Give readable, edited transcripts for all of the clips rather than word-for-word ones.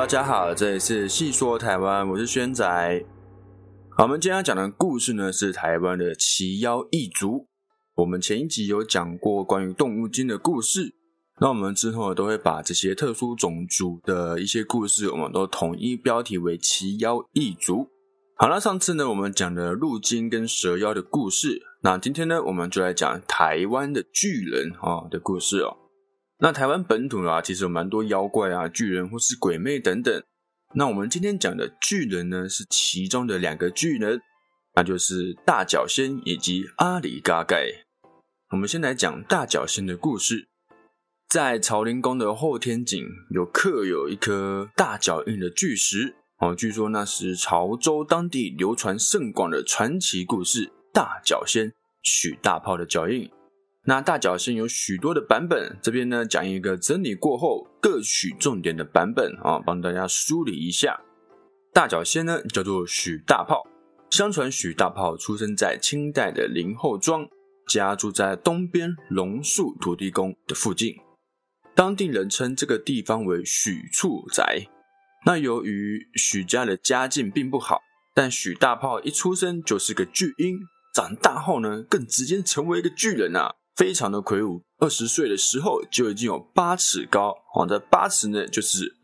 大家好，这里是细说台湾，我是轩仔。好，我们今天要讲的故事呢是台湾的奇妖异族。我们前一集有讲过关于动物精的故事，那我们之后都会把这些特殊种族的一些故事，我们都统一标题为奇妖异族。好，那上次呢我们讲了鹿精跟蛇妖的故事，那今天呢我们就来讲台湾的巨人的故事哦。那台湾本土其实有蛮多妖怪巨人或是鬼魅等等。那我们今天讲的巨人呢，是其中的两个巨人，那就是大脚仙以及阿里嘎盖。我们先来讲大脚仙的故事。在朝灵宫的后天井刻有一颗大脚印的巨石，据说那是潮州当地流传甚广的传奇故事大脚仙许大炮的脚印。那大脚仙有许多的版本，这边呢讲一个整理过后各取重点的版本帮大家梳理一下。大脚仙呢叫做许大炮，相传许大炮出生在清代的林后庄，家住在东边榕树土地公的附近，当地人称这个地方为许厝宅。那由于许家的家境并不好，但许大炮一出生就是个巨婴，长大后呢更直接成为一个巨人非常的魁梧，20岁的时候就已经有8尺高，这8尺呢就是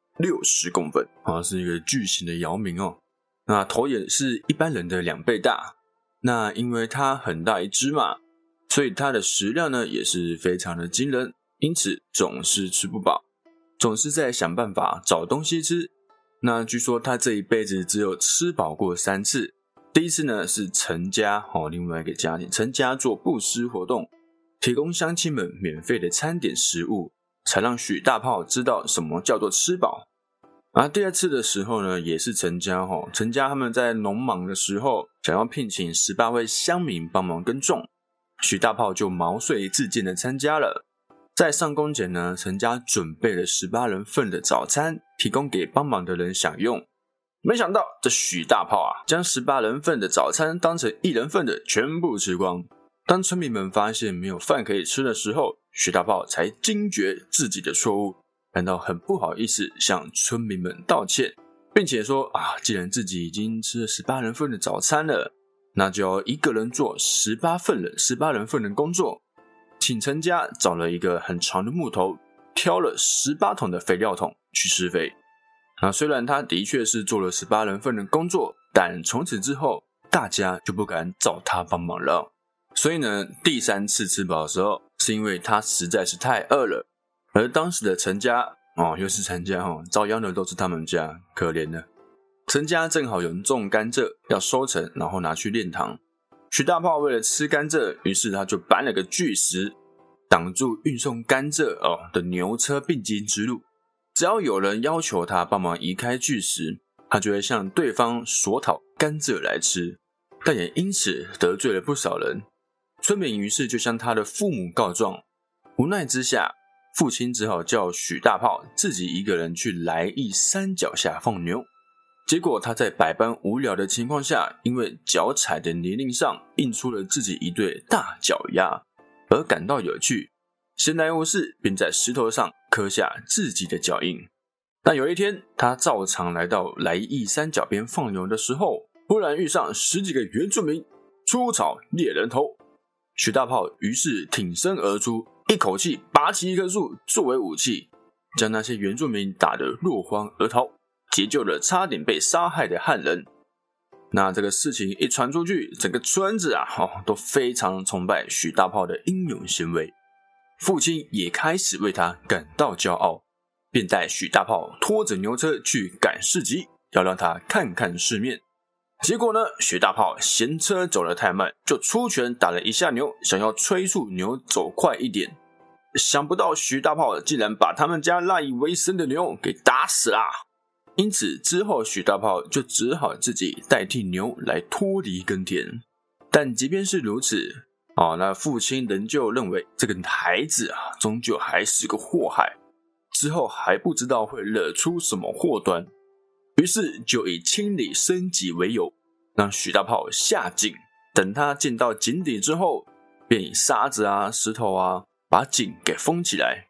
260公分，是一个巨型的姚明哦。那头也是一般人的2倍大，那因为它很大一只嘛，所以它的食量呢也是非常的惊人，因此总是吃不饱，总是在想办法找东西吃。那据说他这一辈子只有吃饱过3次，第一次呢是陈家另外一个家庭陈家做布施活动，提供乡亲们免费的餐点食物，才让许大炮知道什么叫做吃饱。第二次的时候呢也是陈家他们在农忙的时候想要聘请18位乡民帮忙耕种，许大炮就毛遂自荐的参加了。在上工前呢，陈家准备了18人份的早餐，提供给帮忙的人享用。没想到这许大炮将18人份的早餐当成1人份的全部吃光。当村民们发现没有饭可以吃的时候，许大炮才惊觉自己的错误，感到很不好意思向村民们道歉，并且说既然自己已经吃了18人份的早餐了，那就要一个人做18人份的工作，请陈家找了一个很长的木头，挑了18桶的肥料桶去施肥。虽然他的确是做了18人份的工作，但从此之后大家就不敢找他帮忙了。所以呢，第3次吃饱的时候，是因为他实在是太饿了。而当时的陈家又是陈家遭殃的都是他们家，可怜了。陈家正好有人种甘蔗要收成，然后拿去炼糖。许大炮为了吃甘蔗，于是他就搬了个巨石，挡住运送甘蔗的牛车必经之路。只要有人要求他帮忙移开巨石，他就会向对方索讨甘蔗来吃，但也因此得罪了不少人。村民于是就向他的父母告状，无奈之下，父亲只好叫许大炮自己一个人去来义山脚下放牛。结果他在百般无聊的情况下，因为脚踩的泥泞上印出了自己一对大脚丫，而感到有趣，闲来无事便在石头上刻下自己的脚印。但有一天，他照常来到来义山脚边放牛的时候，忽然遇上10几个原住民出草猎人头。许大炮于是挺身而出，一口气拔起一棵树作为武器，将那些原住民打得落荒而逃，解救了差点被杀害的汉人。那这个事情一传出去，整个村子都非常崇拜许大炮的英勇行为，父亲也开始为他感到骄傲，便带许大炮拖着牛车去赶市集，要让他看看世面。结果呢，许大炮嫌车走得太慢，就出拳打了一下牛，想要催促牛走快一点。想不到许大炮竟然把他们家赖以为生的牛给打死啦！因此之后许大炮就只好自己代替牛来脱离耕田。但即便是如此那父亲仍旧认为这个孩子终究还是个祸害，之后还不知道会惹出什么祸端，于是就以清理生己为由，让许大炮下井。等他进到井底之后，便以沙子石头把井给封起来。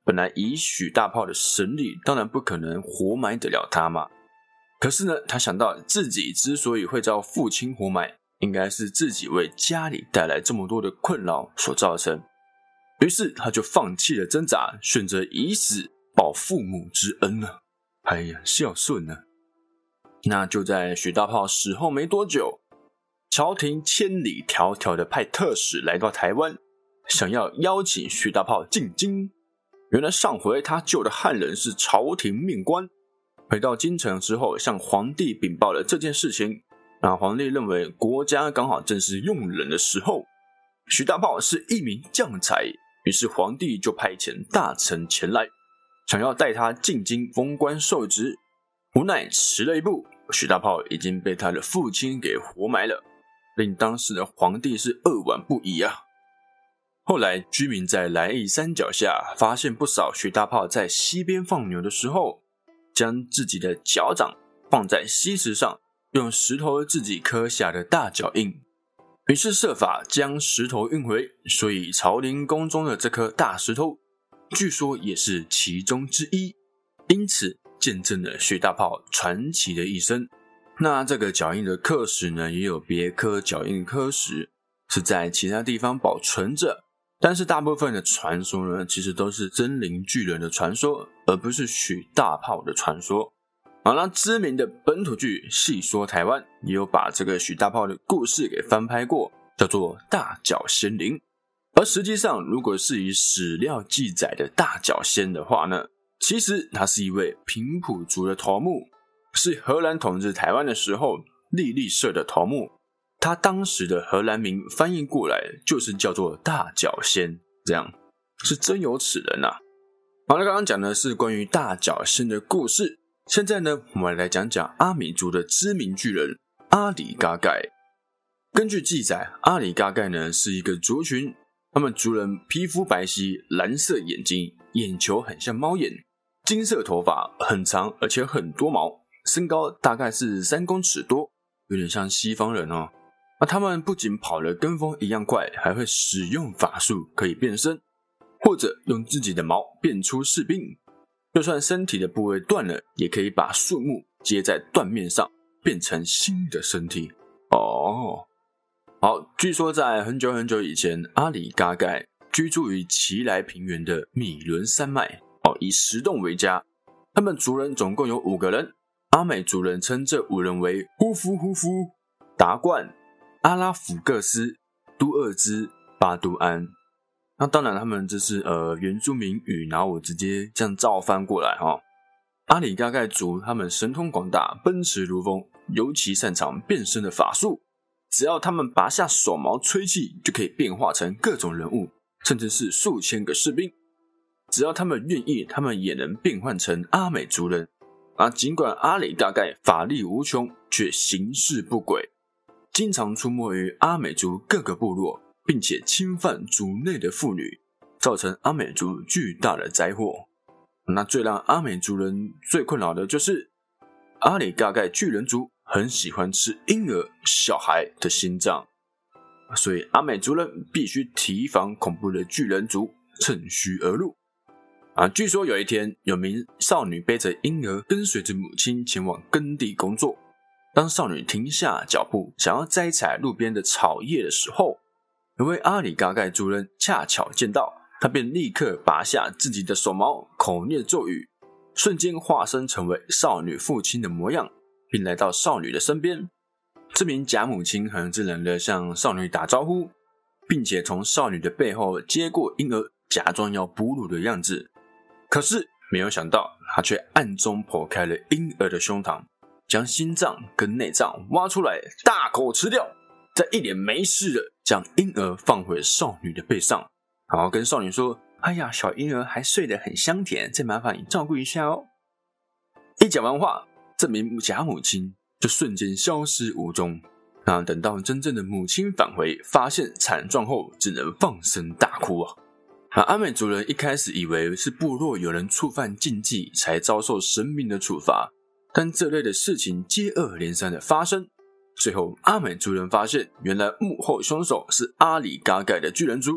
本来以许大炮的神力，当然不可能活埋得了他嘛。可是呢，他想到自己之所以会遭父亲活埋，应该是自己为家里带来这么多的困扰所造成。于是他就放弃了挣扎，选择以死报父母之恩了。哎呀，孝顺呢。那就在许大炮死后没多久，朝廷千里迢迢的派特使来到台湾，想要邀请许大炮进京。原来上回他救的汉人是朝廷命官，回到京城之后向皇帝禀报了这件事情。那皇帝认为国家刚好正是用人的时候，许大炮是一名将才，于是皇帝就派遣大臣前来，想要带他进京封官受职。无奈迟了一步，许大炮已经被他的父亲给活埋了，令当时的皇帝是扼腕不已啊。后来居民在来义山脚下发现不少许大炮在溪边放牛的时候，将自己的脚掌放在溪石上，用石头自己刻下的大脚印，于是设法将石头运回，所以朝廷宫中的这颗大石头据说也是其中之一，因此见证了许大炮传奇的一生。那这个脚印的刻石呢，也有别刻脚印刻石是在其他地方保存着，但是大部分的传说呢，其实都是真灵巨人的传说，而不是许大炮的传说。好，那知名的本土剧《戏说台湾》也有把这个许大炮的故事给翻拍过，叫做大脚仙灵。而实际上，如果是以史料记载的大脚仙的话呢，其实他是一位平埔族的头目，是荷兰统治台湾的时候莉莉社的头目。他当时的荷兰名翻译过来就是叫做大脚仙，这样是真有此人啊。好，那刚刚讲的是关于大脚仙的故事，现在呢，我们来讲讲阿美族的知名巨人阿里嘎盖。根据记载，阿里嘎盖呢是一个族群，他们族人皮肤白皙，蓝色眼睛，眼球很像猫眼，金色头发很长而且很多毛，身高大概是3公尺多，有点像西方人哦。那他们不仅跑得跟风一样快，还会使用法术可以变身，或者用自己的毛变出士兵，就算身体的部位断了，也可以把树木接在断面上变成新的身体哦。好，据说在很久很久以前，阿里嘎盖居住于奇莱平原的米伦山脉，以石洞为家。他们族人总共有5个人，阿美族人称这5人为呼夫呼夫、达冠、阿拉甫各斯、都厄兹、巴都安。那当然他们这是原住民语，然后我直接这样照翻过来哈。阿里嘎盖族他们神通广大，奔驰如风，尤其擅长变身的法术。只要他们拔下手毛吹气，就可以变化成各种人物，甚至是数千个士兵。只要他们愿意，他们也能变换成阿美族人。尽管阿里嘎盖法力无穷，却行事不轨，经常出没于阿美族各个部落，并且侵犯族内的妇女，造成阿美族巨大的灾祸。那最让阿美族人最困扰的就是阿里嘎盖巨人族很喜欢吃婴儿小孩的心脏，所以阿美族人必须提防恐怖的巨人族趁虚而入。据说有一天，有名少女背着婴儿跟随着母亲前往耕地工作。当少女停下脚步想要摘采路边的草叶的时候，有位阿里嘎盖族人恰巧见到，他便立刻拔下自己的手毛，口念咒语，瞬间化身成为少女父亲的模样，并来到少女的身边。这名假母亲很自然地向少女打招呼，并且从少女的背后接过婴儿，假装要哺乳的样子。可是没有想到，他却暗中剖开了婴儿的胸膛，将心脏跟内脏挖出来大口吃掉，再一脸没事的将婴儿放回少女的背上，然后跟少女说，哎呀，小婴儿还睡得很香甜，再麻烦你照顾一下哦。一讲完话，这名假母亲就瞬间消失无踪。那等到真正的母亲返回，发现惨状后，只能放声大哭啊。阿美族人一开始以为是部落有人触犯禁忌才遭受神明的处罚，但这类的事情接二连三的发生。最后阿美族人发现，原来幕后凶手是阿里嘎盖的巨人族，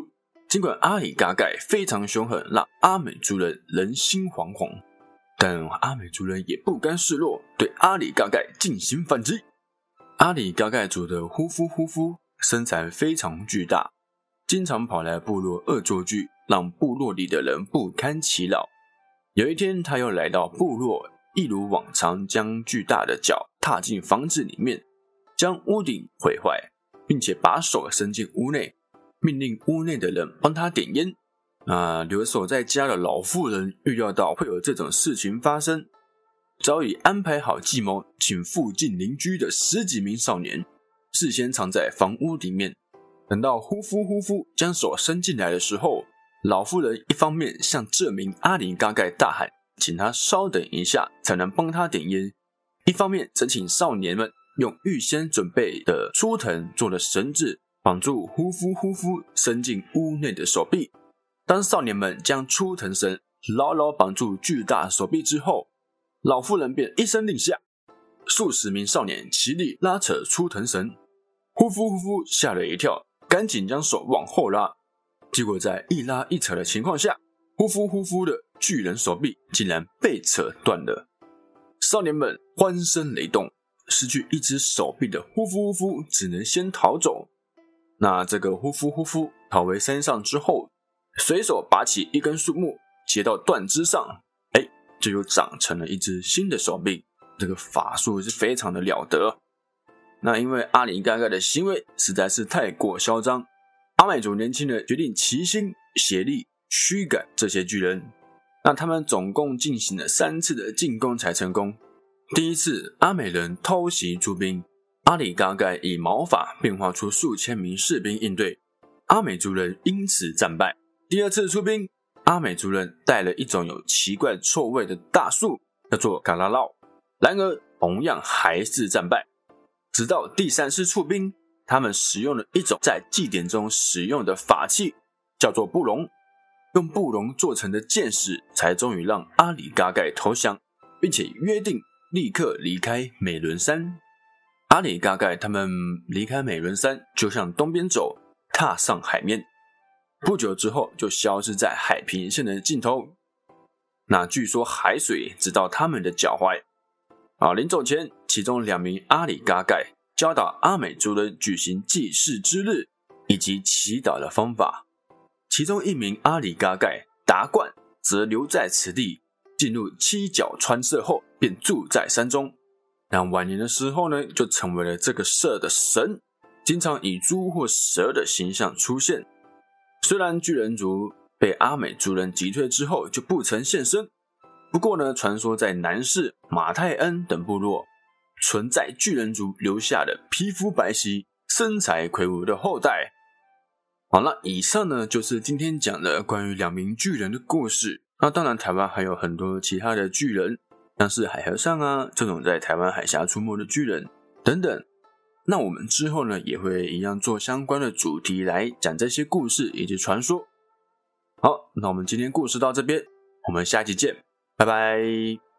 尽管阿里嘎盖非常凶狠，让阿美族人人心惶惶，但阿美族人也不甘示弱，对阿里嘎盖进行反击。阿里嘎盖族的呼夫身材非常巨大，经常跑来部落恶作剧，让部落里的人不堪其扰。有一天，他又来到部落，一如往常将巨大的脚踏进房子里面，将屋顶毁坏，并且把手伸进屋内，命令屋内的人帮他点烟。留守在家的老妇人预料到会有这种事情发生，早已安排好计谋，请附近邻居的10几名少年事先藏在房屋里面。等到呼夫将手伸进来的时候，老妇人一方面向这名阿里嘎盖大喊，请他稍等一下才能帮他点烟，一方面则请少年们用预先准备的粗藤做的绳子绑住呼夫伸进屋内的手臂。当少年们将粗藤绳牢牢绑住巨大手臂之后，老妇人便一声令下，数十名少年齐力拉扯粗藤绳。呼夫吓了一跳，赶紧将手往后拉，结果在一拉一扯的情况下，呼夫的巨人手臂竟然被扯断了。少年们欢声雷动，失去一只手臂的呼夫只能先逃走。那这个呼夫逃回山上之后，随手拔起一根树木接到断枝上，就又长成了一只新的手臂。这个法术是非常的了得。那因为阿里嘎盖的行为实在是太过嚣张，阿美族年轻人决定齐心协力驱赶这些巨人。那他们总共进行了3次的进攻才成功。第一次，阿美人偷袭出兵，阿里嘎盖以矛法变化出数千名士兵应对，阿美族人因此战败。第二次出兵，阿美族人带了一种有奇怪臭味的大树，叫做嘎拉烙，然而同样还是战败。直到第3次出兵，他们使用了一种在祭典中使用的法器，叫做布隆，用布隆做成的箭矢才终于让阿里嘎盖投降，并且约定立刻离开美伦山。阿里嘎盖他们离开美伦山，就向东边走，踏上海面，不久之后就消失在海平线的尽头。那据说海水直到他们的脚踝。临走前，其中2名阿里嘎盖教导阿美族人举行祭祀之日以及祈祷的方法，其中1名阿里嘎盖达冠则留在此地，进入7角川社后便住在山中。那晚年的时候呢，就成为了这个社的神，经常以猪或蛇的形象出现。虽然巨人族被阿美族人击退之后就不曾现身，不过呢，传说在南势、马太恩等部落存在巨人族留下的皮肤白皙、身材魁梧的后代。好，那以上呢就是今天讲的关于2名巨人的故事。那当然台湾还有很多其他的巨人，像是海和尚这种在台湾海峡出没的巨人等等。那我们之后呢也会一样做相关的主题来讲这些故事以及传说。好，那我们今天故事到这边，我们下期见，拜拜。